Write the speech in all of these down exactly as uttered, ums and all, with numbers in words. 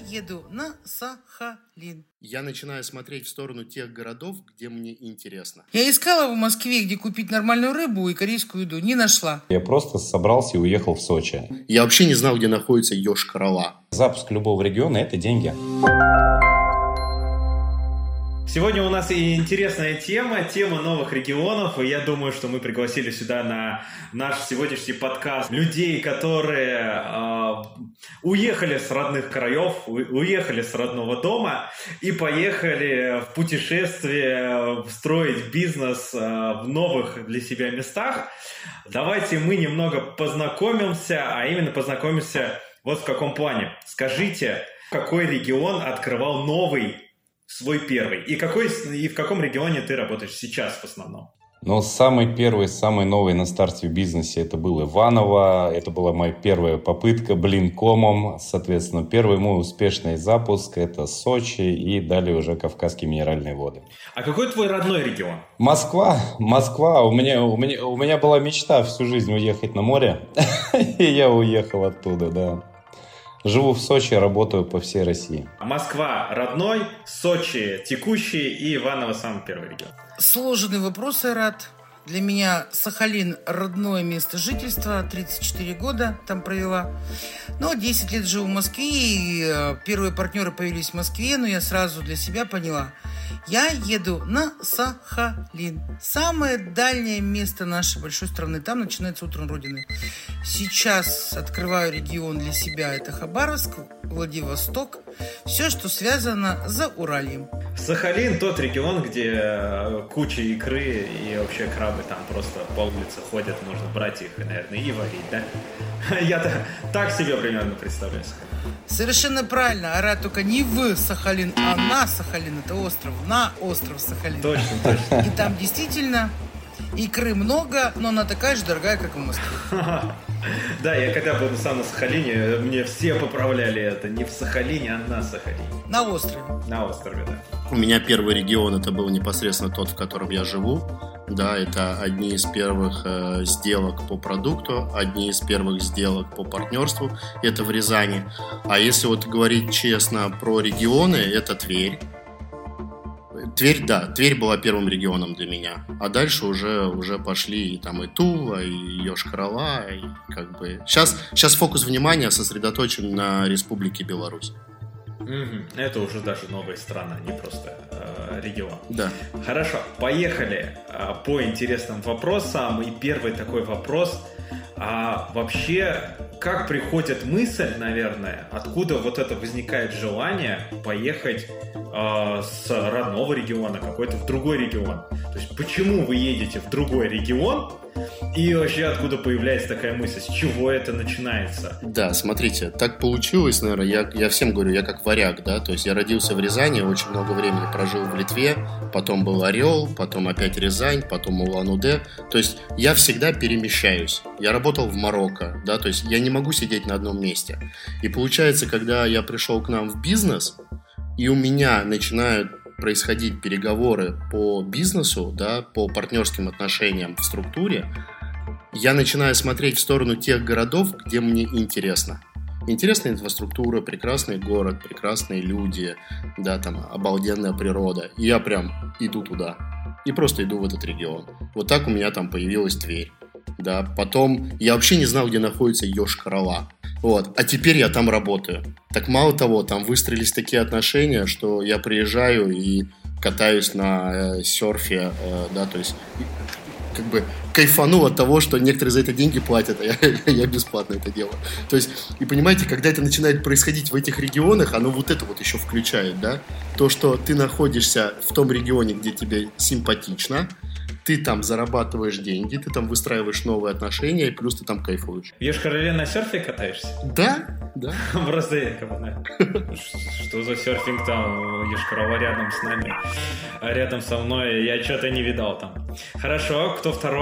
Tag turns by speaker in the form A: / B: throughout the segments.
A: еду на Сахалин.
B: Я начинаю смотреть в сторону тех городов, где мне интересно.
A: Я искала в Москве, где купить нормальную рыбу и корейскую еду. Не нашла.
C: Я просто собрался и уехал в Сочи.
B: Я вообще не знал, где находится Йошкар-Ола.
C: Запуск любого региона – это деньги.
D: Сегодня у нас и интересная тема, тема новых регионов, и я думаю, что мы пригласили сюда на наш сегодняшний подкаст людей, которые э, уехали с родных краев, у, уехали с родного дома и поехали в путешествие, строить бизнес э, в новых для себя местах. Давайте мы немного познакомимся, а именно познакомимся вот в каком плане. Скажите, какой регион открывал новый свой первый? И, какой, и в каком регионе ты работаешь сейчас в основном?
C: Ну, самый первый, самый новый на старте в бизнесе это был Иваново. Это была моя первая попытка блинкомом. Соответственно, первый мой успешный запуск это Сочи и далее уже Кавказские минеральные воды.
D: А какой твой родной регион?
C: Москва. Москва. У меня, у меня, у меня была мечта всю жизнь уехать на море. И я уехал оттуда, да. Живу в Сочи, работаю по всей России.
D: Москва родной, Сочи текущий и Иваново самый первый регион.
A: Сложный вопрос, Айрат. Для меня Сахалин – родное место жительства. тридцать четыре года там провела. Но десять лет живу в Москве, и первые партнеры появились в Москве, но я сразу для себя поняла – я еду на Сахалин. Самое дальнее место нашей большой страны. Там начинается утро Родины. Сейчас открываю регион для себя. Это Хабаровск, Владивосток. Все, что связано за Уральем.
D: Сахалин тот регион, где куча икры и вообще крабы там просто по улице ходят. Можно брать их, наверное, и варить, да? Я так себе примерно представляю Сахалин.
A: Совершенно правильно. Айрат, только не в Сахалин, а на Сахалин. Это остров. На остров Сахалин.
D: Точно, точно.
A: И там действительно икры много, но она такая же дорогая, как и в Москве.
D: Да, я когда был сам на Сахалине, мне все поправляли это. Не в Сахалине, а на Сахалине.
A: На острове.
D: На острове, да.
B: У меня первый регион это был непосредственно тот, в котором я живу. Да, это одни из первых э, сделок по продукту, одни из первых сделок по партнерству. Это в Рязани. А если вот говорить честно про регионы, это Тверь. Тверь, да, Тверь была первым регионом для меня. А дальше уже, уже пошли и там и Тула, и Йошкар-Ола, и как бы... Сейчас, сейчас фокус внимания сосредоточен на Республике Беларусь.
D: Mm-hmm. Это уже даже новая страна, не просто э, регион.
B: Да.
D: Хорошо, поехали э, по интересным вопросам. И первый такой вопрос. А вообще, как приходит мысль, наверное, откуда вот это возникает желание поехать э, с родного региона какой-то в другой регион? То есть почему вы едете в другой регион? И вообще откуда появляется такая мысль? С чего это начинается?
B: Да, смотрите, так получилось, наверное, я, я всем говорю, я как варяг, да, то есть я родился в Рязани, очень много времени прожил в Литве, потом был Орел, потом опять Рязань, потом Улан-Удэ, то есть я всегда перемещаюсь. Я работал в Марокко, да, то есть я не могу сидеть на одном месте. И получается, когда я пришел к нам в бизнес, и у меня начинают происходить переговоры по бизнесу, да, по партнерским отношениям в структуре, я начинаю смотреть в сторону тех городов, где мне интересно. Интересная инфраструктура, прекрасный город, прекрасные люди, да, там, обалденная природа. И я прям иду туда. И просто иду в этот регион. Вот так у меня там появилась Тверь. Да, потом я вообще не знал, где находится Йошкар-Ола. Вот. А теперь я там работаю. Так мало того, там выстроились такие отношения, что я приезжаю и катаюсь на э, серфе, э, да, то есть как бы кайфану от того, что некоторые за это деньги платят, а я, я бесплатно это делаю. То есть, и понимаете, когда это начинает происходить в этих регионах, оно вот это вот еще включает, да, то, что ты находишься в том регионе, где тебе симпатично, ты там зарабатываешь деньги, ты там выстраиваешь новые отношения, и плюс ты там кайфуешь.
D: В Йошкар-Оле на серфе катаешься?
B: Да, да.
D: Просто я как бы, что за серфинг там, Йошкар-Ола рядом с нами, рядом со мной, я что-то не видал там. Хорошо, кто второй?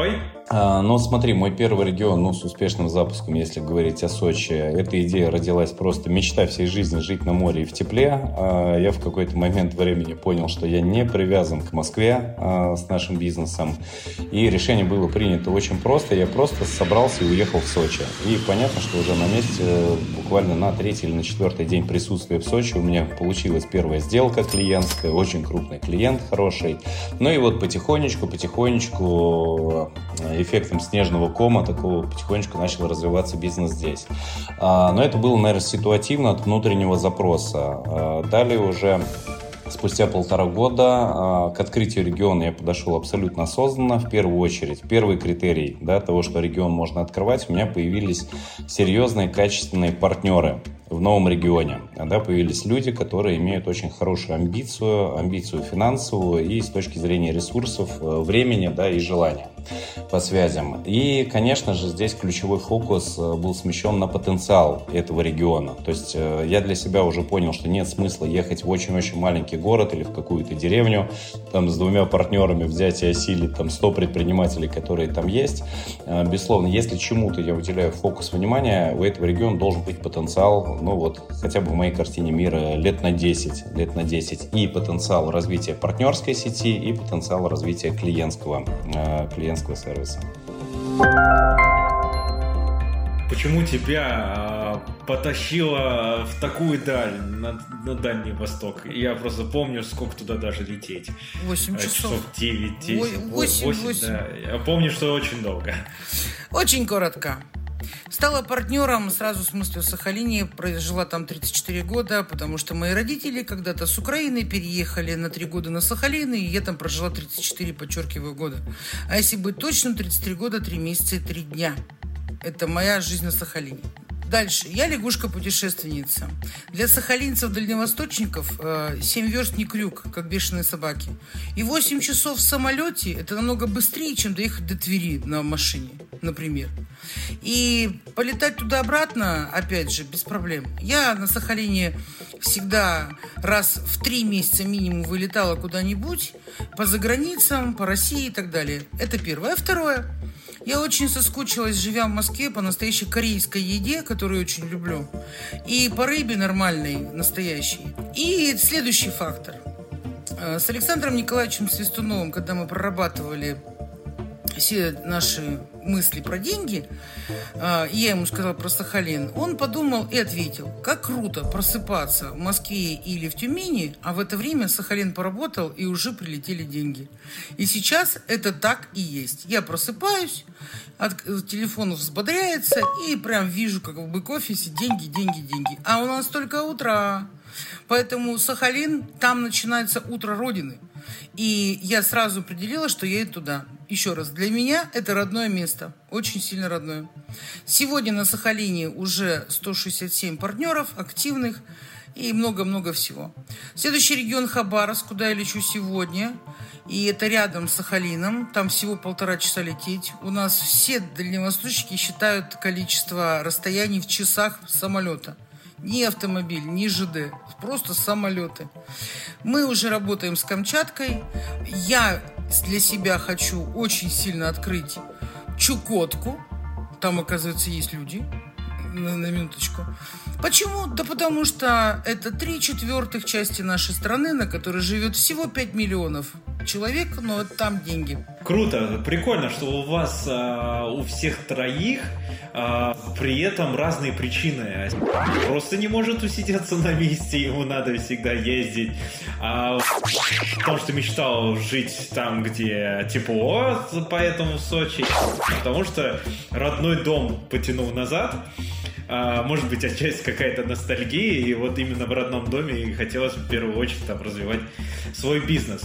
C: Ну, смотри, мой первый регион, ну, с успешным запуском, если говорить о Сочи, эта идея родилась просто мечта всей жизни жить на море и в тепле. Я в какой-то момент времени понял, что я не привязан к Москве с нашим бизнесом, и решение было принято очень просто. Я просто собрался и уехал в Сочи. И понятно, что уже на месте, буквально на третий или на четвертый день присутствия в Сочи у меня получилась первая сделка клиентская, очень крупный клиент, хороший. Ну и вот потихонечку, потихонечку... эффектом снежного кома такого потихонечку начал развиваться бизнес здесь. Но это было, наверное, ситуативно от внутреннего запроса. Далее уже спустя полтора года к открытию региона я подошел абсолютно осознанно. В первую очередь, первый критерий, да, того, что регион можно открывать, у меня появились серьезные, качественные партнеры в новом регионе. Да, появились люди, которые имеют очень хорошую амбицию, амбицию финансовую и с точки зрения ресурсов, времени, да, и желания по связям. И, конечно же, здесь ключевой фокус был смещен на потенциал этого региона. То есть я для себя уже понял, что нет смысла ехать в очень-очень маленький город или в какую-то деревню, там с двумя партнерами взять и осилить там сто предпринимателей, которые там есть. Безусловно, если чему-то я уделяю фокус внимания, у этого региона должен быть потенциал, ну вот, хотя бы в моей картине мира лет на десять, лет на десять. И потенциал развития партнерской сети, и потенциал развития клиентского, клиентского сервиса.
D: Почему тебя э, потащило в такую даль, на, на Дальний Восток? Я просто помню, сколько туда даже лететь.
A: восемь часов.
D: Часов девять, десять.
A: восемь, восемь.
D: Да. Я помню, что очень долго.
A: Очень коротко. Стала партнером сразу, в смысле, в Сахалине, прожила там тридцать четыре года, потому что мои родители когда-то с Украины переехали на три года на Сахалин, и я там прожила тридцать четыре, подчеркиваю, года. А если быть точным, тридцать три года, три месяца и три дня. Это моя жизнь на Сахалине. Дальше. Я лягушка-путешественница. Для сахалинцев-дальневосточников э, семь верст не крюк, как бешеные собаки. И восемь часов в самолете – это намного быстрее, чем доехать до Твери на машине, например. И полетать туда-обратно, опять же, без проблем. Я на Сахалине всегда раз в три месяца минимум вылетала куда-нибудь, по заграницам, по России и так далее. Это первое. А второе. Я очень соскучилась, живя в Москве, по настоящей корейской еде, которую очень люблю, и по рыбе нормальной, настоящей. И следующий фактор. С Александром Николаевичем Свистуновым, когда мы прорабатывали все наши мысли про деньги, и я ему сказала про Сахалин, он подумал и ответил: как круто просыпаться в Москве или в Тюмени, а в это время Сахалин поработал, и уже прилетели деньги. И сейчас это так и есть. Я просыпаюсь, от телефона взбодряется, и прям вижу, как в бэк-офисе деньги, деньги, деньги. А у нас только утро. Поэтому Сахалин, там начинается утро Родины. И я сразу определила, что я еду туда. Еще раз, для меня это родное место. Очень сильно родное. Сегодня на Сахалине уже сто шестьдесят семь партнеров активных и много-много всего. Следующий регион Хабаровск, куда я лечу сегодня. И это рядом с Сахалином. Там всего полтора часа лететь. У нас все дальневосточники считают количество расстояний в часах самолета. Ни автомобиль, ни ЖД, просто самолеты. Мы уже работаем с Камчаткой. Я для себя хочу очень сильно открыть Чукотку. Там, оказывается, есть люди. На, на минуточку. Почему? Да потому что это три четвертых части нашей страны, на которой живет всего пять миллионов человек, но там деньги.
D: Круто, прикольно, что у вас а, у всех троих а, при этом разные причины. Просто не может усидеться на месте, ему надо всегда ездить. А, потому что мечтал жить там, где тепло, поэтому в Сочи. Потому что родной дом потянул назад. А, может быть, отчасти какая-то ностальгия, и вот именно в родном доме хотелось в первую очередь там развивать свой бизнес.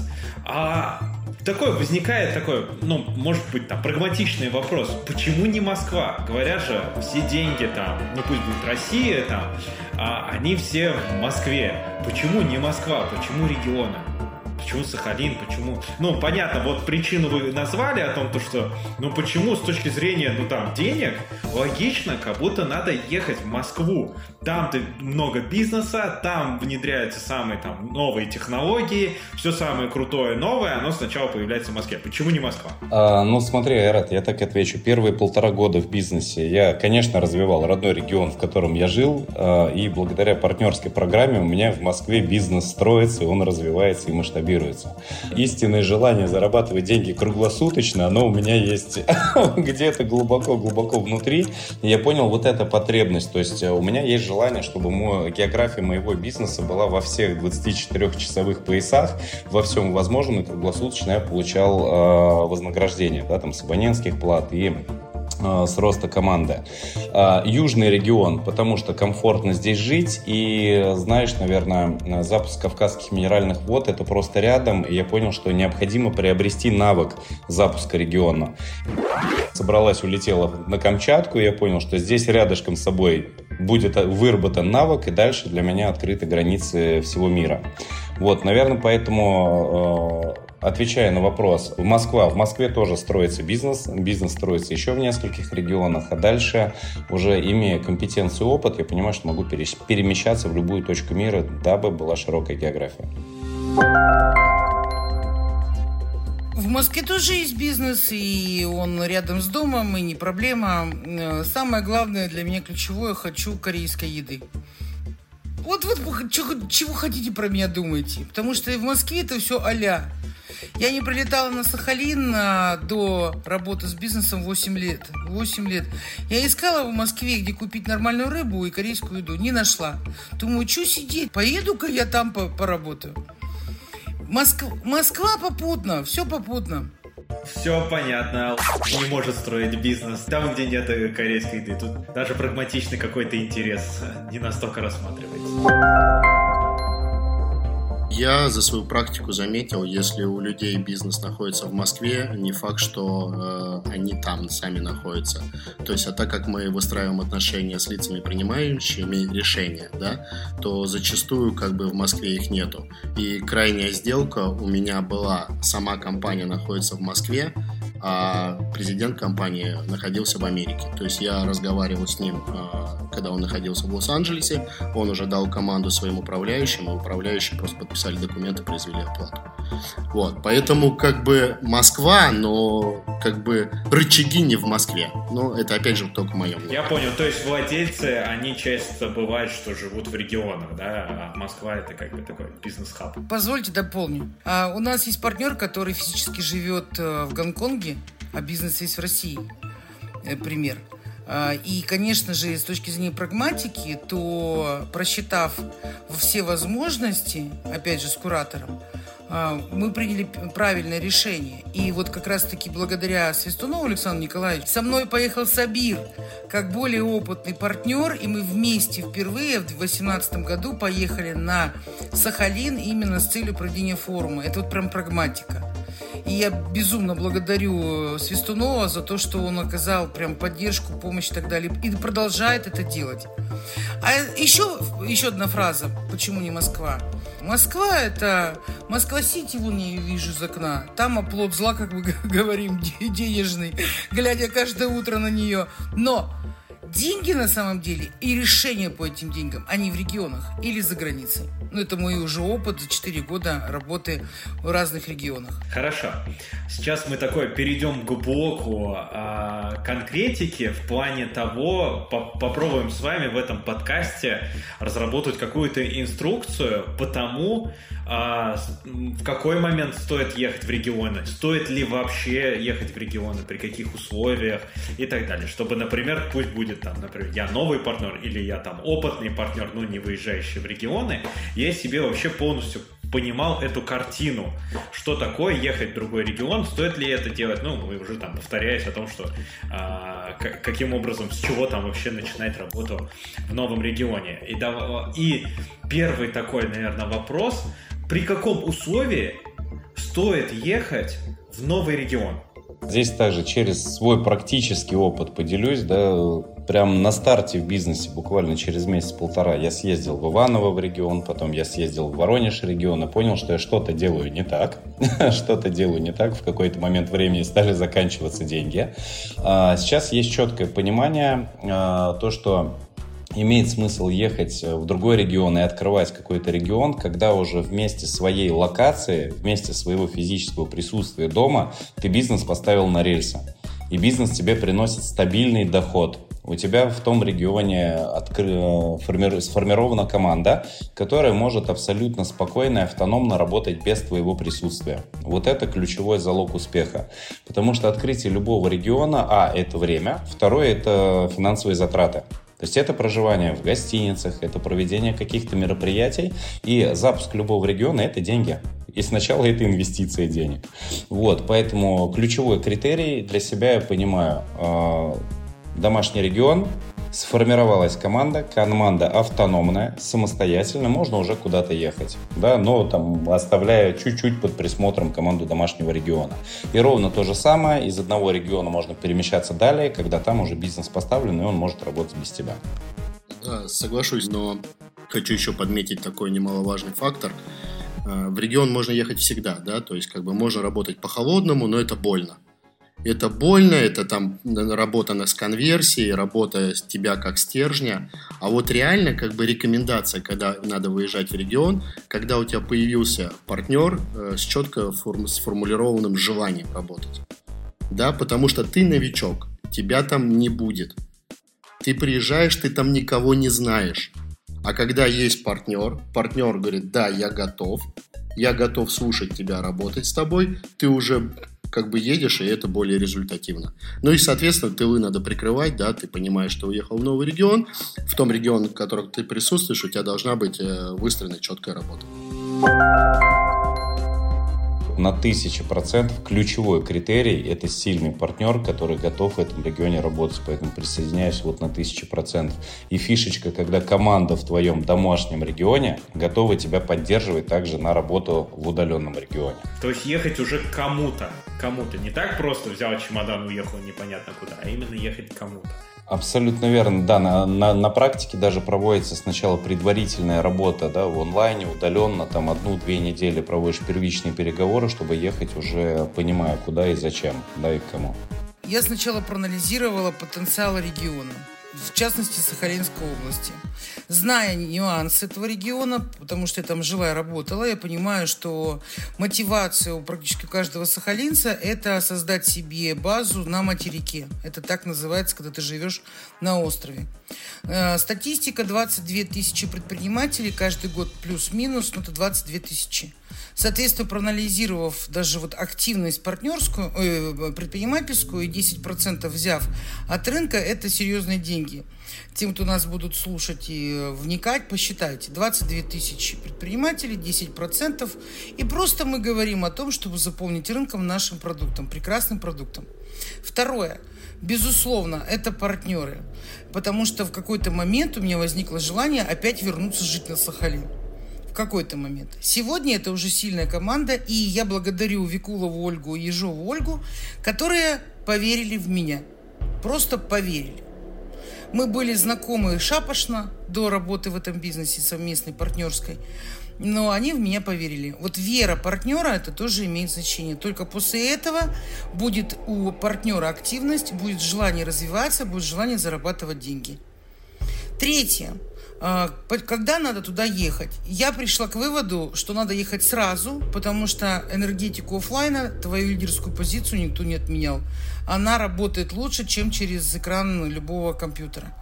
D: А такой возникает такой, ну, может быть, там, прагматичный вопрос. Почему не Москва? Говорят же, все деньги там, ну, пусть будет Россия там, а они все в Москве. Почему не Москва? Почему регионы? почему Сахалин, почему... Ну, понятно, вот причину вы назвали о том, то, что, ну, почему с точки зрения, ну, там, денег, логично, как будто надо ехать в Москву. Там много бизнеса, там внедряются самые, там, новые технологии, все самое крутое, новое, оно сначала появляется в Москве. Почему не Москва?
C: А, ну, смотри, Айрат, я так отвечу. Первые полтора года в бизнесе я, конечно, развивал родной регион, в котором я жил, и благодаря партнерской программе у меня в Москве бизнес строится, и он развивается и масштабируется. Истинное желание зарабатывать деньги круглосуточно, оно у меня есть где-то глубоко-глубоко внутри. И я понял вот эту потребность. То есть у меня есть желание, чтобы мой, география моего бизнеса была во всех двадцатичетырёхчасовых поясах, во всем возможном, и круглосуточно я получал э, вознаграждение, да, там, с абонентских плат и с роста команды. Южный регион, потому что комфортно здесь жить, и знаешь, наверное, запуск Кавказских минеральных вод — это просто рядом, и я понял, что необходимо приобрести навык запуска региона. Собралась, улетела на Камчатку, и я понял, что здесь рядышком с собой будет выработан навык, и дальше для меня открыты границы всего мира. Вот, наверное, поэтому... Отвечая на вопрос, в Москва, в Москве тоже строится бизнес, бизнес строится еще в нескольких регионах, а дальше, уже имея компетенцию и опыт, я понимаю, что могу перемещаться в любую точку мира, дабы была широкая география.
A: В Москве тоже есть бизнес, и он рядом с домом, и не проблема. Самое главное для меня ключевое — хочу корейской еды. Вот, вот чего, чего хотите про меня думаете? Потому что в Москве это все а-ля. Я не прилетала на Сахалин а, до работы с бизнесом восемь лет. восемь лет. Я искала в Москве, где купить нормальную рыбу и корейскую еду. Не нашла. Думаю, что сидеть? Поеду-ка я там по- поработаю. Москва, Москва попутно. Все попутно.
D: Все понятно. Не может строить бизнес там, где нет корейской еды. Тут даже прагматичный какой-то интерес не настолько рассматривается.
B: Я за свою практику заметил, если у людей бизнес находится в Москве, не факт, что э, они там сами находятся. То есть, а так как мы выстраиваем отношения с лицами, принимающими решения, да, то зачастую как бы в Москве их нету. И крайняя сделка у меня была: сама компания находится в Москве, а президент компании находился в Америке. То есть я разговаривал с ним, когда он находился в Лос-Анджелесе, он уже дал команду своим управляющим, а управляющие просто подписали документы, произвели оплату. Вот, поэтому как бы Москва, но как бы рычаги не в Москве. Но это опять же только мое мнение.
D: Я понял, то есть владельцы, они часто бывают, что живут в регионах, да, а Москва — это как бы такой бизнес-хаб.
A: Позвольте дополню. А, у нас есть партнер, который физически живет в Гонконге, а бизнес есть в России. Пример. И, конечно же, с точки зрения прагматики, то, просчитав все возможности, опять же, с куратором, мы приняли правильное решение. И вот как раз-таки благодаря Свистунову Александру Николаевичу со мной поехал Сабир, как более опытный партнер, и мы вместе впервые в две тысячи восемнадцатом году поехали на Сахалин именно с целью проведения форума. Это вот прям прагматика. И я безумно благодарю Свистунова за то, что он оказал прям поддержку, помощь и так далее. И продолжает это делать. А еще, еще одна фраза. Почему не Москва? Москва — это... Москва-Сити, вон я ее вижу из окна. Там оплот зла, как мы говорим, денежный, глядя каждое утро на нее. Но деньги на самом деле и решения по этим деньгам, они в регионах или за границей. Ну, это мой уже опыт за четыре года работы в разных регионах.
D: Хорошо. Сейчас мы такой перейдем к блоку а, конкретики в плане того, по- попробуем с вами в этом подкасте разработать какую-то инструкцию по тому, а, в какой момент стоит ехать в регионы, стоит ли вообще ехать в регионы, при каких условиях и так далее. Чтобы, например, пусть будет там, например, я новый партнер или я там опытный партнер, но не выезжающий в регионы, я себе вообще полностью понимал эту картину, что такое ехать в другой регион, стоит ли это делать, ну, вы уже там повторяясь о том, что а, к- каким образом, с чего там вообще начинать работу в новом регионе. И, да, и первый такой, наверное, вопрос: при каком условии стоит ехать в новый регион?
C: Здесь также через свой практический опыт поделюсь, да, прям на старте в бизнесе, буквально через месяц-полтора, я съездил в Иваново в регион, потом я съездил в Воронеж регион и понял, что я что-то делаю не так, что-то делаю не так, в какой-то момент времени стали заканчиваться деньги. Сейчас есть четкое понимание, то, что имеет смысл ехать в другой регион и открывать какой-то регион, когда уже вместе своей локации, вместе своего физического присутствия дома ты бизнес поставил на рельсы. И бизнес тебе приносит стабильный доход. У тебя в том регионе откры... форми... сформирована команда, которая может абсолютно спокойно и автономно работать без твоего присутствия. Вот это ключевой залог успеха. Потому что открытие любого региона, а, это время, второе, это финансовые затраты. То есть это проживание в гостиницах, это проведение каких-то мероприятий, и запуск любого региона – это деньги. И сначала это инвестиция денег. Вот, поэтому ключевой критерий для себя я понимаю э, – домашний регион, сформировалась команда, команда автономная, самостоятельно, можно уже куда-то ехать, да, но там оставляя чуть-чуть под присмотром команду домашнего региона. И ровно то же самое, из одного региона можно перемещаться далее, когда там уже бизнес поставлен, и он может работать без тебя.
B: Да, соглашусь, но хочу еще подметить такой немаловажный фактор. В регион можно ехать всегда, да, то есть как бы можно работать по-холодному, но это больно. Это больно, это там работа с конверсией, работа с тебя как стержня. А вот реально как бы рекомендация, когда надо выезжать в регион, когда у тебя появился партнер э, с четко форм- сформулированным желанием работать. Да, потому что ты новичок, тебя там не будет. Ты приезжаешь, ты там никого не знаешь. А когда есть партнер, партнер говорит: да, я готов, я готов слушать тебя, работать с тобой, ты уже как бы едешь, и это более результативно. Ну и, соответственно, тылы надо прикрывать, да, ты понимаешь, что уехал в новый регион, в том регионе, в котором ты присутствуешь, у тебя должна быть выстроена четкая работа.
C: На тысячу процентов ключевой критерий – это сильный партнер, который готов в этом регионе работать. Поэтому присоединяюсь вот на тысячу процентов. И фишечка, когда команда в твоем домашнем регионе готова тебя поддерживать также на работу в удаленном регионе.
D: То есть ехать уже к кому-то. Кому-то. Не так просто взял чемодан и уехал непонятно куда, а именно ехать к кому-то.
C: Абсолютно верно, да, на, на, на практике даже проводится сначала предварительная работа, да, в онлайне, удаленно, там одну-две недели проводишь первичные переговоры, чтобы ехать уже понимая, куда и зачем, да, и к кому.
A: Я сначала проанализировала потенциал региона, в частности Сахалинской области. Зная нюансы этого региона, потому что я там жила и работала, я понимаю, что мотивация у практически каждого сахалинца – это создать себе базу на материке. Это так называется, когда ты живешь на острове. Статистика: двадцать две тысячи предпринимателей каждый год плюс-минус, ну это двадцать две тысячи. Соответственно, проанализировав даже вот активность партнерскую, э, предпринимательскую и десять процентов взяв от рынка, это серьезные деньги. Тем, кто нас будут слушать и вникать, посчитайте. двадцать две тысячи предпринимателей, десять процентов. И просто мы говорим о том, чтобы заполнить рынком нашим продуктом, прекрасным продуктом. Второе. Безусловно, это партнеры. Потому что в какой-то момент у меня возникло желание опять вернуться жить на Сахалин. В какой-то момент. Сегодня это уже сильная команда, и я благодарю Викулову Ольгу и Ежову Ольгу, которые поверили в меня. Просто поверили. Мы были знакомы шапошно до работы в этом бизнесе совместной, партнерской, но они в меня поверили. Вот вера партнера, это тоже имеет значение. Только после этого будет у партнера активность, будет желание развиваться, будет желание зарабатывать деньги. Третье. Когда надо туда ехать? Я пришла к выводу, что надо ехать сразу, потому что энергетику офлайна, твою лидерскую позицию никто не отменял. Она работает лучше, чем через экран любого компьютера.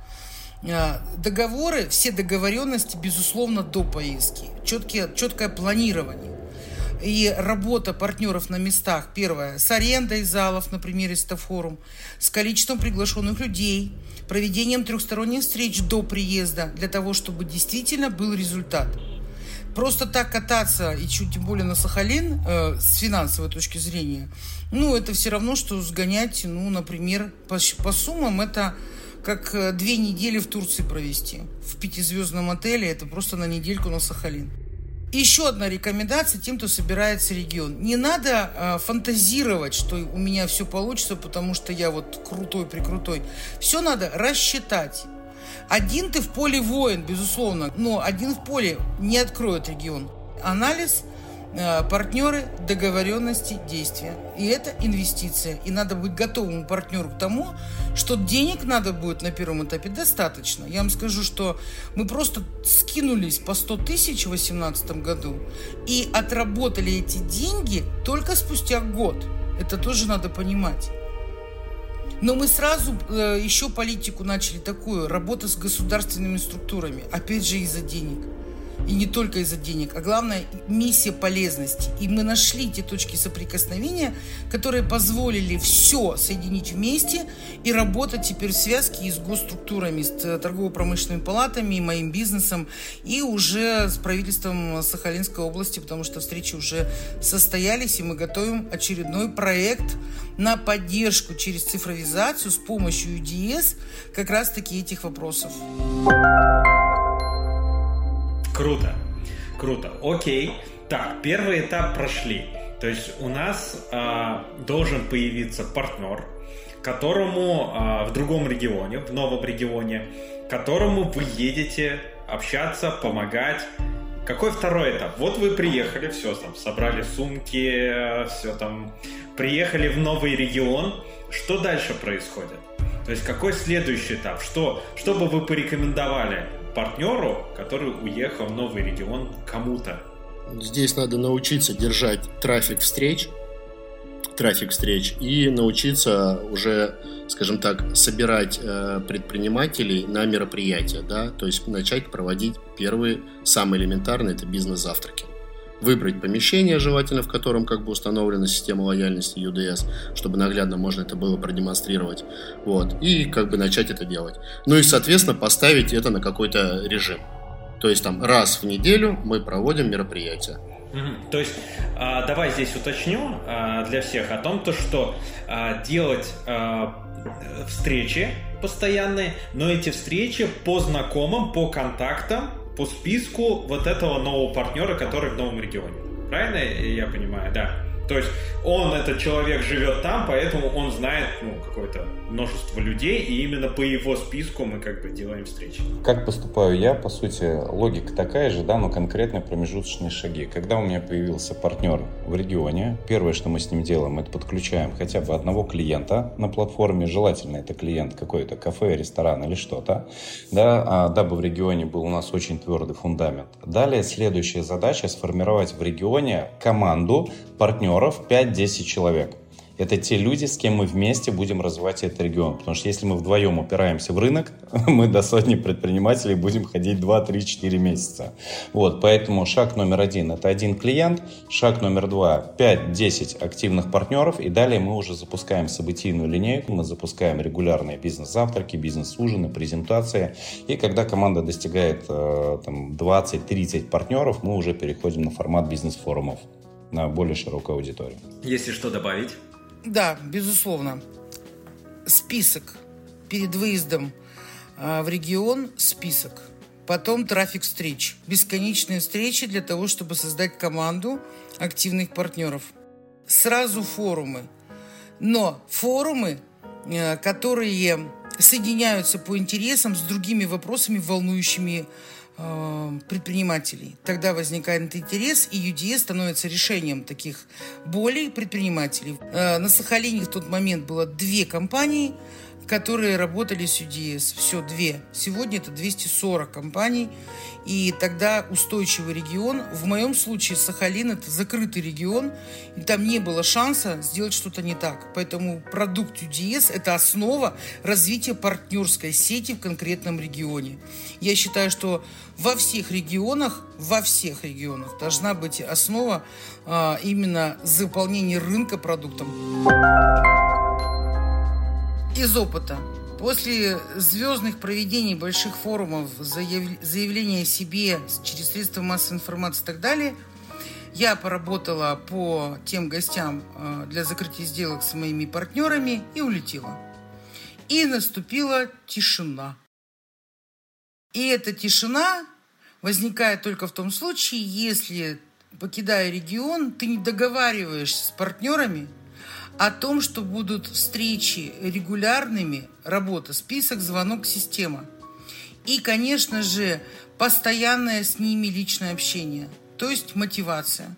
A: Договоры, все договоренности, безусловно, до поездки. Четкие, четкое планирование. И работа партнеров на местах, первое, с арендой залов, на примере Стафорум, с количеством приглашенных людей, проведением трехсторонних встреч до приезда, для того, чтобы действительно был результат. Просто так кататься, и чуть тем более на Сахалин, э, с финансовой точки зрения, ну, это все равно, что сгонять, ну, например, по, по суммам, это как две недели в Турции провести. В пятизвездном отеле, это просто на недельку на Сахалин. Еще одна рекомендация тем, кто собирается в регион. Не надо э, фантазировать, что у меня все получится, потому что я вот крутой-прикрутой. Все надо рассчитать. Один ты в поле воин, безусловно, но один в поле не откроет регион. Анализ, э, партнеры, договоренности, действия. И это инвестиция. И надо быть готовым партнеру к тому, что денег надо будет на первом этапе достаточно. Я вам скажу, что мы просто скинулись по сто тысяч в две тысячи восемнадцатом году и отработали эти деньги только спустя год. Это тоже надо понимать. Но мы сразу э, еще политику начали такую, работа с государственными структурами, опять же из-за денег. И не только из-за денег, а главное миссия полезности. И мы нашли те точки соприкосновения, которые позволили все соединить вместе и работать теперь в связке и с госструктурами, с торгово-промышленными палатами, и моим бизнесом, и уже с правительством Сахалинской области, потому что встречи уже состоялись, и мы готовим очередной проект на поддержку через цифровизацию с помощью ю ди эс как раз-таки этих вопросов.
D: Круто, круто. Окей. Так, первый этап прошли. То есть у нас э, должен появиться партнер, которому э, в другом регионе, в новом регионе, которому вы едете общаться, помогать. Какой второй этап? Вот вы приехали, все там, собрали сумки, все там, приехали в новый регион. Что дальше происходит? То есть какой следующий этап? Что, что бы вы порекомендовали партнеру, который уехал в новый регион, кому-то?
B: Здесь надо научиться держать трафик встреч, трафик встреч и научиться уже, скажем так, собирать э, предпринимателей на мероприятия, да, то есть начать проводить первые, самые элементарные, это бизнес-завтраки. Выбрать помещение, желательно, в котором как бы установлена система лояльности ю ди эс, чтобы наглядно можно это было продемонстрировать. Вот. И как бы начать это делать. Ну и, соответственно, поставить это на какой-то режим. То есть там раз в неделю мы проводим мероприятия.
D: Mm-hmm. То есть а, давай здесь уточню а, для всех о том, то, что а, делать а, встречи постоянные, но эти встречи по знакомым, по контактам, по списку вот этого нового партнера, который в новом регионе. Правильно я понимаю? Да. То есть он, этот человек, живет там, поэтому он знает, ну, какое-то множество людей, и именно по его списку мы как бы делаем встречи.
C: Как поступаю я? По сути, логика такая же, да, но конкретные промежуточные шаги. Когда у меня появился партнер в регионе, первое, что мы с ним делаем, это подключаем хотя бы одного клиента на платформе, желательно это клиент какой-то кафе, ресторан или что-то, да, дабы в регионе был у нас очень твердый фундамент. Далее следующая задача — сформировать в регионе команду партнеров пять-десять человек. Это те люди, с кем мы вместе будем развивать этот регион. Потому что если мы вдвоем упираемся в рынок, мы до сотни предпринимателей будем ходить два, три, четыре месяца. Вот, поэтому шаг номер один – это один клиент. Шаг номер два – пять-десять активных партнеров. И далее мы уже запускаем событийную линейку, мы запускаем регулярные бизнес-завтраки, бизнес-ужины, презентации. И когда команда достигает там, двадцать-тридцать партнеров, мы уже переходим на формат бизнес-форумов на более широкую аудиторию.
D: Если что добавить?
A: Да, безусловно. Список. Перед выездом э, в регион список. Потом трафик встреч. Бесконечные встречи для того, чтобы создать команду активных партнеров. Сразу форумы. Но форумы, э, которые соединяются по интересам с другими вопросами, волнующими предпринимателей. Тогда возникает интерес, и ю ди эс становится решением таких болей предпринимателей. На Сахалине в тот момент было две компании, которые работали с ю ди эс. Все, две. Сегодня это двести сорок компаний. И тогда устойчивый регион, в моем случае Сахалин — это закрытый регион, и там не было шанса сделать что-то не так. Поэтому продукт ю ди эс — это основа развития партнерской сети в конкретном регионе. Я считаю, что во всех регионах, во всех регионах должна быть основа а, именно заполнения рынка продуктом. Из опыта. После звездных проведений больших форумов, заяв... заявления о себе через средства массовой информации и так далее, я поработала по тем гостям для закрытия сделок с моими партнерами и улетела. И наступила тишина. И эта тишина возникает только в том случае, если, покидая регион, ты не договариваешься с партнерами о том, что будут встречи регулярными, работа, список, звонок, система. И, конечно же, постоянное с ними личное общение, то есть мотивация.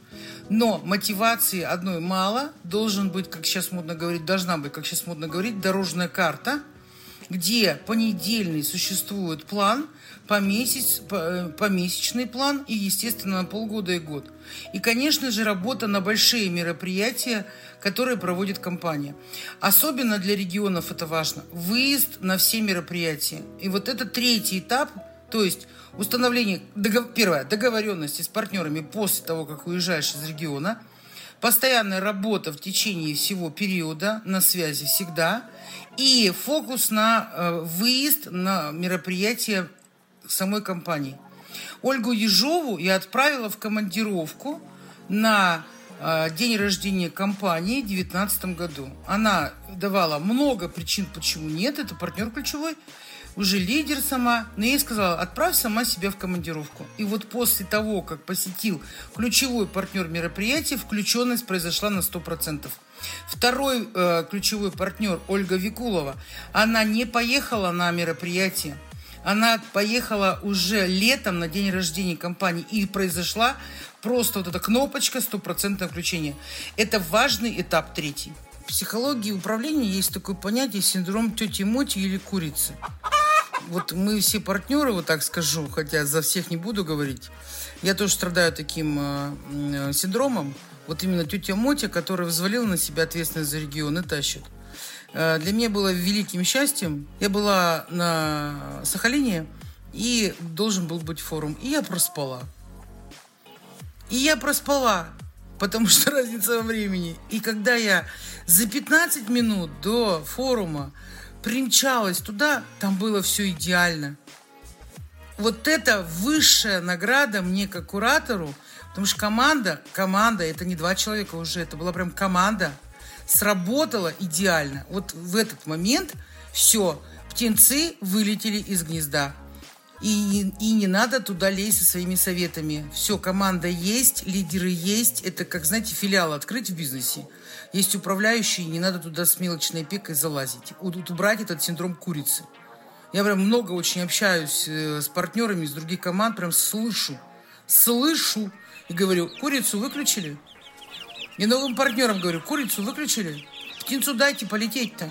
A: Но мотивации одной мало, должен быть, как сейчас модно говорить, должна быть, как сейчас модно говорить, дорожная карта, где понедельный существует план, помесяц, помесячный план и, естественно, на полгода и год. И, конечно же, работа на большие мероприятия, которые проводит компания. Особенно для регионов это важно. Выезд на все мероприятия. И вот это третий этап, то есть установление, договор, первое, договоренности с партнерами после того, как уезжаешь из региона, постоянная работа в течение всего периода, на связи всегда, и фокус на э, выезд на мероприятия самой компании. Ольгу Ежову я отправила в командировку на э, день рождения компании в две тысячи девятнадцатом году. Она давала много причин, почему нет, это партнер ключевой, уже лидер сама, но я ей сказала, отправь сама себя в командировку. И вот после того, как посетил ключевой партнер мероприятия, включенность произошла на сто процентов. Второй э, ключевой партнер, Ольга Викулова, она не поехала на мероприятие. Она поехала уже летом на день рождения компании, и произошла просто вот эта кнопочка сто процентов включения. Это важный этап третий. В психологии управления есть такое понятие синдром тети Моти или курицы. Вот мы все партнеры, вот так скажу, хотя за всех не буду говорить. Я тоже страдаю таким э, синдромом. Вот именно тетя Мотя, которая взвалила на себя ответственность за регион и тащит. Э, для меня было великим счастьем. Я была на Сахалине, и должен был быть форум. И я проспала. И я проспала, потому что разница во времени. И когда я за пятнадцать минут до форума примчалась туда, там было все идеально. Вот это высшая награда мне как куратору, потому что команда, команда, это не два человека уже, это была прям команда, сработала идеально. Вот в этот момент все, птенцы вылетели из гнезда. И, и не надо туда лезть со своими советами. Все, команда есть, лидеры есть. Это, как, знаете, филиал открыть в бизнесе. Есть управляющие, не надо туда с мелочной пекой залазить. Вот убрать этот синдром курицы. Я прям много очень общаюсь с партнерами из других команд, прям слышу. Слышу. И говорю, курицу выключили? И новым партнерам говорю, курицу выключили? Птенцу дайте полететь-то.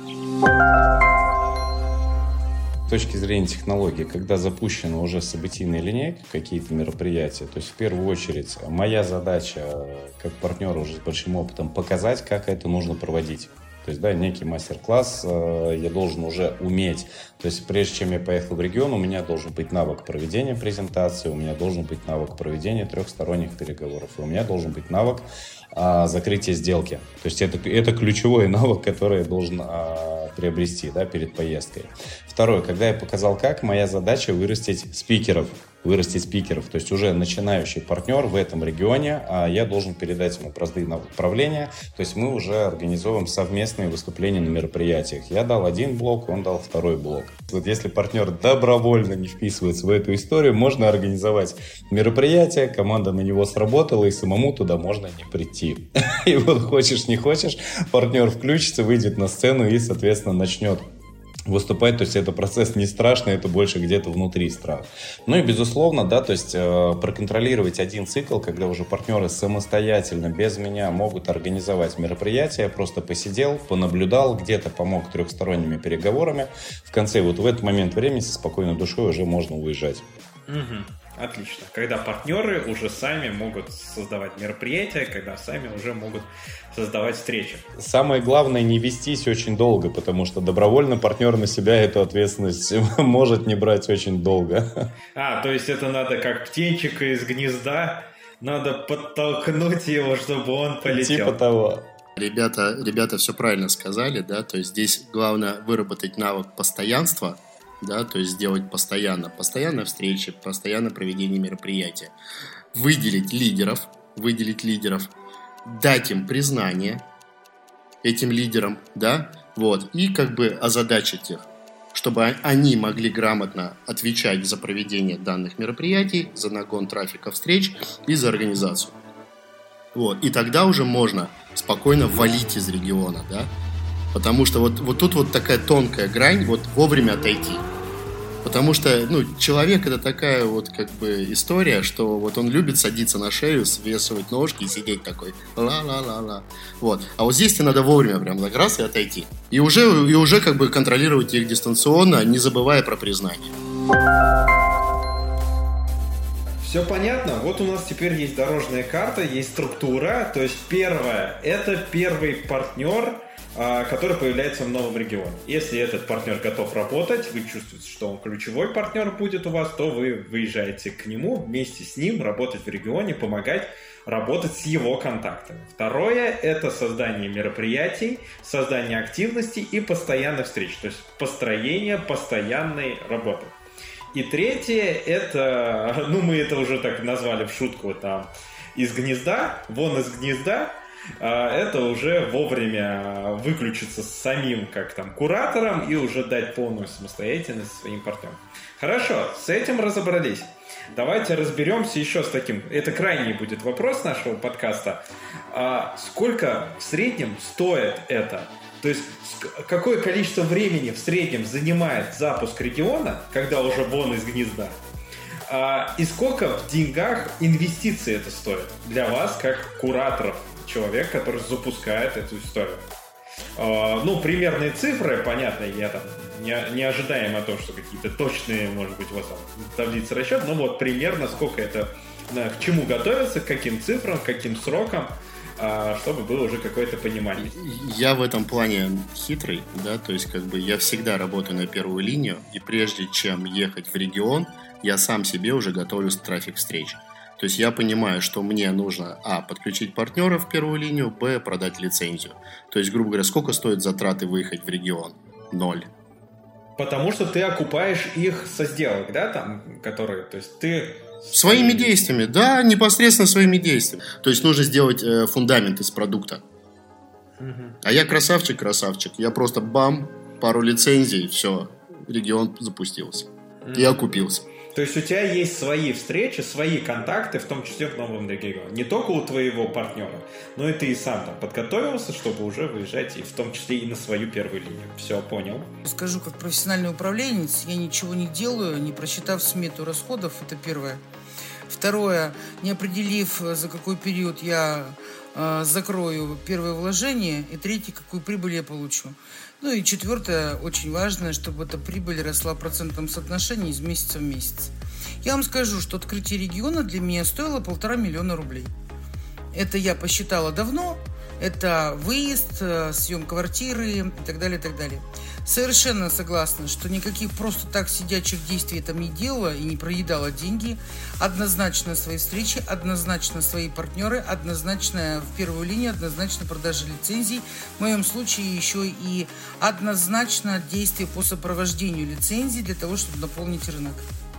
C: С точки зрения технологии, когда запущена уже событийная линейка, какие-то мероприятия, то есть в первую очередь моя задача как партнера уже с большим опытом показать, как это нужно проводить. То есть, да, некий мастер-класс э, я должен уже уметь. То есть, прежде чем я поехал в регион, у меня должен быть навык проведения презентации, у меня должен быть навык проведения трехсторонних переговоров, и у меня должен быть навык э, закрытия сделки. То есть, это, это ключевой навык, который я должен э, приобрести, да, перед поездкой. Второе, когда я показал как, моя задача вырастить спикеров. вырастить спикеров, то есть уже начинающий партнер в этом регионе, а я должен передать ему простые навыки управления, то есть мы уже организовываем совместные выступления на мероприятиях. Я дал один блок, он дал второй блок. Вот если партнер добровольно не вписывается в эту историю, можно организовать мероприятие, команда на него сработала, и самому туда можно не прийти. И вот хочешь не хочешь, партнер включится, выйдет на сцену и, соответственно, начнет выступать, то есть это процесс не страшный, это больше где-то внутри страх. Ну и безусловно, да, то есть э, проконтролировать один цикл, когда уже партнеры самостоятельно, без меня могут организовать мероприятие, я просто посидел, понаблюдал, где-то помог трехсторонними переговорами, в конце вот в этот момент времени со спокойной душой уже можно уезжать.
D: Угу. Отлично. Когда партнеры уже сами могут создавать мероприятия, когда сами уже могут создавать встречи.
C: Самое главное не вестись очень долго, потому что добровольно партнер на себя эту ответственность может не брать очень долго.
D: А, то есть это надо как птенчика из гнезда, надо подтолкнуть его, чтобы он полетел.
C: Типа того.
B: Ребята, ребята все правильно сказали, да, то есть здесь главное выработать навык постоянства, да, то есть сделать постоянно, постоянно встречи, постоянно проведение мероприятия, выделить лидеров, выделить лидеров, дать им признание этим лидерам, да, вот, и как бы озадачить их, чтобы они могли грамотно отвечать за проведение данных мероприятий, за нагон трафика встреч и за организацию. Вот. И тогда уже можно спокойно валить из региона, да? Потому что вот, вот тут вот такая тонкая грань, вот вовремя отойти. Потому что, ну, человек это такая вот как бы история, что вот он любит садиться на шею, свесывать ножки и сидеть такой ла-ла-ла-ла. Вот. А вот здесь тебе надо вовремя прям так раз и отойти. И уже, и уже как бы контролировать их дистанционно, не забывая про признание.
D: Все понятно. Вот у нас теперь есть дорожная карта, есть структура. То есть первое, это первый партнер, который появляется в новом регионе. Если этот партнер готов работать, вы чувствуете, что он ключевой партнер будет у вас, то вы выезжаете к нему, вместе с ним работать в регионе, помогать работать с его контактами. Второе – это создание мероприятий, создание активностей и постоянных встреч, то есть построение постоянной работы. И третье – это, ну мы это уже так назвали в шутку, там, из гнезда, вон из гнезда. Это уже вовремя выключиться с самим как там куратором и уже дать полную самостоятельность своим партнерам. Хорошо, с этим разобрались. Давайте разберемся еще с таким. Это крайний будет вопрос нашего подкаста. А сколько в среднем стоит это? То есть какое количество времени в среднем занимает запуск региона, когда уже вон из гнезда? А, и сколько в деньгах инвестиций это стоит для вас как кураторов? Человек, который запускает эту историю. Uh, ну, примерные цифры, понятно, я там не, не ожидаем о том, что какие-то точные, может быть, у вас там таблицы расчет, но вот примерно сколько это, к чему готовиться, к каким цифрам, к каким срокам, uh, чтобы было уже какое-то понимание.
B: Я в этом плане хитрый, да, то есть как бы я всегда работаю на первую линию, и прежде чем ехать в регион, я сам себе уже готовлю трафик встреч. То есть я понимаю, что мне нужно, а, подключить партнера в первую линию, б, продать лицензию. То есть, грубо говоря, сколько стоит затраты выехать в регион? Ноль.
D: Потому что ты окупаешь их со сделок, да, там, которые, то есть ты...
B: Своими действиями, да, непосредственно своими действиями. То есть нужно сделать э, фундамент из продукта. Угу. А я красавчик-красавчик. Я просто бам, пару лицензий, все, регион запустился. Угу. И окупился.
D: То есть у тебя есть свои встречи, свои контакты, в том числе в новом регионе. Не только у твоего партнера, но и ты и сам там подготовился, чтобы уже выезжать, и в том числе и на свою первую линию. Все, понял.
A: Скажу, как профессиональный управленец, я ничего не делаю, не просчитав смету расходов, это первое. Второе, не определив, за какой период я э, закрою первое вложение. И третье, какую прибыль я получу. Ну и четвертое, очень важно, чтобы эта прибыль росла в процентном соотношении из месяца в месяц. Я вам скажу, что открытие региона для меня стоило полтора миллиона рублей. Это я посчитала давно. Это выезд, съем квартиры и так далее, и так далее. Совершенно согласна, что никаких просто так сидячих действий там не делала и не проедала деньги. Однозначно свои встречи, однозначно свои партнеры, однозначно в первую линию, однозначно продажа лицензий. В моем случае еще и однозначно действия по сопровождению лицензий для того, чтобы наполнить рынок.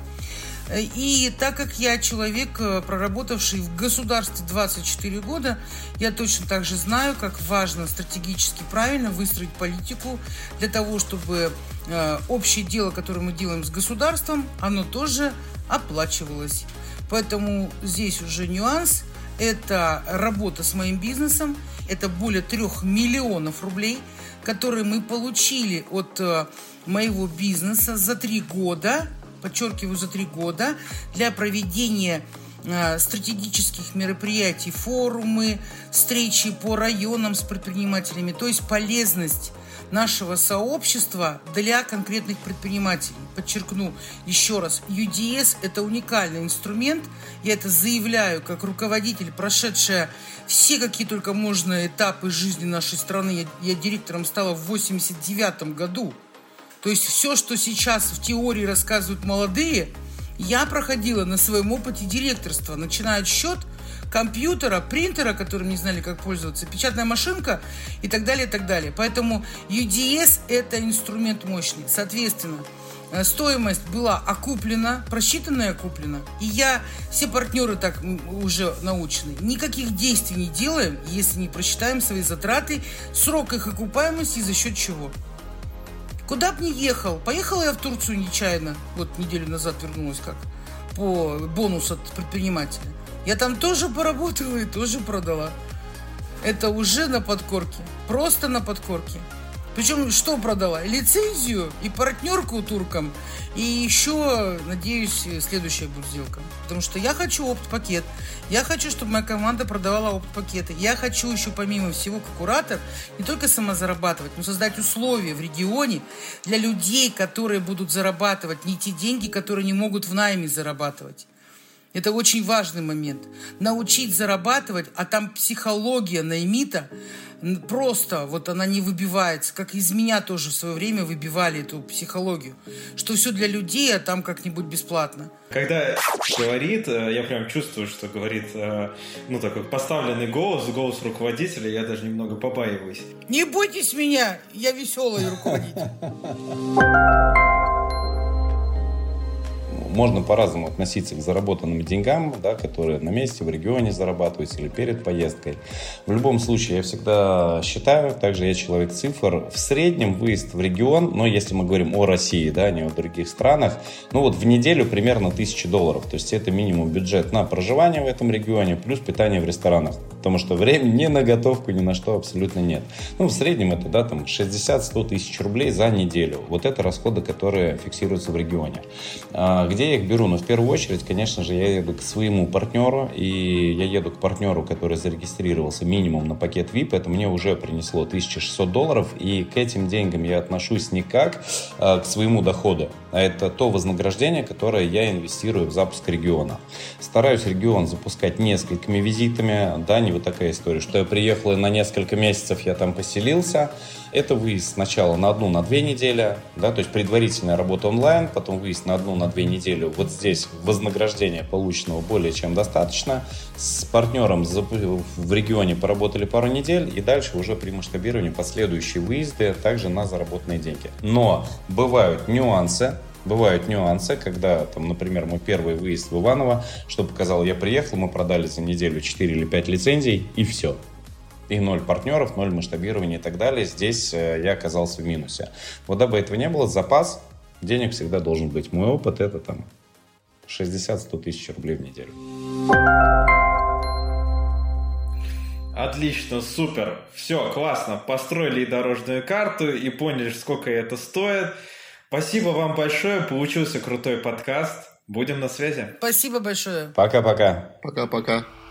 A: И так как я человек, проработавший в государстве двадцать четыре года, я точно так же знаю, как важно стратегически правильно выстроить политику для того, чтобы общее дело, которое мы делаем с государством, оно тоже оплачивалось. Поэтому здесь уже нюанс. Это работа с моим бизнесом. Это более трех миллионов рублей, которые мы получили от моего бизнеса за три года. Подчеркиваю, за три года для проведения э, стратегических мероприятий, форумы, встречи по районам с предпринимателями. То есть полезность нашего сообщества для конкретных предпринимателей. Подчеркну еще раз, ю ди эс – это уникальный инструмент. Я это заявляю как руководитель, прошедшая все какие только можно этапы жизни нашей страны. Я, я директором стала в восемьдесят девятом году. То есть все, что сейчас в теории рассказывают молодые, я проходила на своем опыте директорства. Начиная от счет компьютера, принтера, которым не знали, как пользоваться, печатная машинка и так далее, и так далее. Поэтому ю ди эс – это инструмент мощный. Соответственно, стоимость была окуплена, просчитана и окуплена. И я, все партнеры так уже научены, никаких действий не делаем, если не просчитаем свои затраты, срок их окупаемости и за счет чего. Куда б ни ехал. Поехала я в Турцию нечаянно. Вот неделю назад вернулась как. По бонусу от предпринимателя. Я там тоже поработала и тоже продала. Это уже на подкорке. Просто на подкорке. Причем что продала? Лицензию и партнерку туркам. И еще, надеюсь, следующая будет сделка. Потому что я хочу опт-пакет. Я хочу, чтобы моя команда продавала опт-пакеты. Я хочу еще, помимо всего, как куратор, не только самозарабатывать, но создать условия в регионе для людей, которые будут зарабатывать не те деньги, которые не могут в найме зарабатывать. Это очень важный момент. Научить зарабатывать, а там психология наймита просто, вот она не выбивается, как из меня тоже в свое время выбивали эту психологию, что все для людей, а там как-нибудь бесплатно.
D: Когда говорит, я прям чувствую, что говорит, ну, такой поставленный голос, голос руководителя, я даже немного побаиваюсь.
A: Не бойтесь меня, я веселый руководитель.
C: Можно по-разному относиться к заработанным деньгам, да, которые на месте, в регионе зарабатываются или перед поездкой. В любом случае, я всегда считаю, также я человек цифр, в среднем выезд в регион, но если мы говорим о России, да, не о других странах, ну вот в неделю примерно тысяча долларов. То есть это минимум бюджет на проживание в этом регионе, плюс питание в ресторанах. Потому что времени ни на готовку, ни на что абсолютно нет. Ну, в среднем это, да, там шестьдесят-сто тысяч рублей за неделю. Вот это расходы, которые фиксируются в регионе. А где я их беру? Ну, в первую очередь, конечно же, я еду к своему партнеру, и я еду к партнеру, который зарегистрировался минимум на пакет ви ай пи, это мне уже принесло тысяча шестьсот долларов, и к этим деньгам я отношусь не как а, к своему доходу, а это то вознаграждение, которое я инвестирую в запуск региона. Стараюсь регион запускать несколькими визитами, да, не вот такая история, что я приехал и на несколько месяцев я там поселился. Это выезд сначала на одну, на две недели, да, то есть предварительная работа онлайн, потом выезд на одну, на две недели. Вот здесь вознаграждение полученного более чем достаточно. С партнером в регионе поработали пару недель, и дальше уже при масштабировании последующие выезды также на заработанные деньги. Но бывают нюансы. Бывают нюансы, когда, там, например, мой первый выезд в Иваново, что показал, я приехал, мы продали за неделю четыре или пять лицензий, и все. И ноль партнеров, ноль масштабирования и так далее. Здесь э, я оказался в минусе. Вот дабы этого не было, запас денег всегда должен быть. Мой опыт — это там шестьдесят-сто тысяч рублей в неделю.
D: Отлично, супер. Все, классно. Построили дорожную карту и поняли, сколько это стоит. Спасибо вам большое. Получился крутой подкаст. Будем на связи.
A: Спасибо большое.
C: Пока-пока.
B: Пока-пока.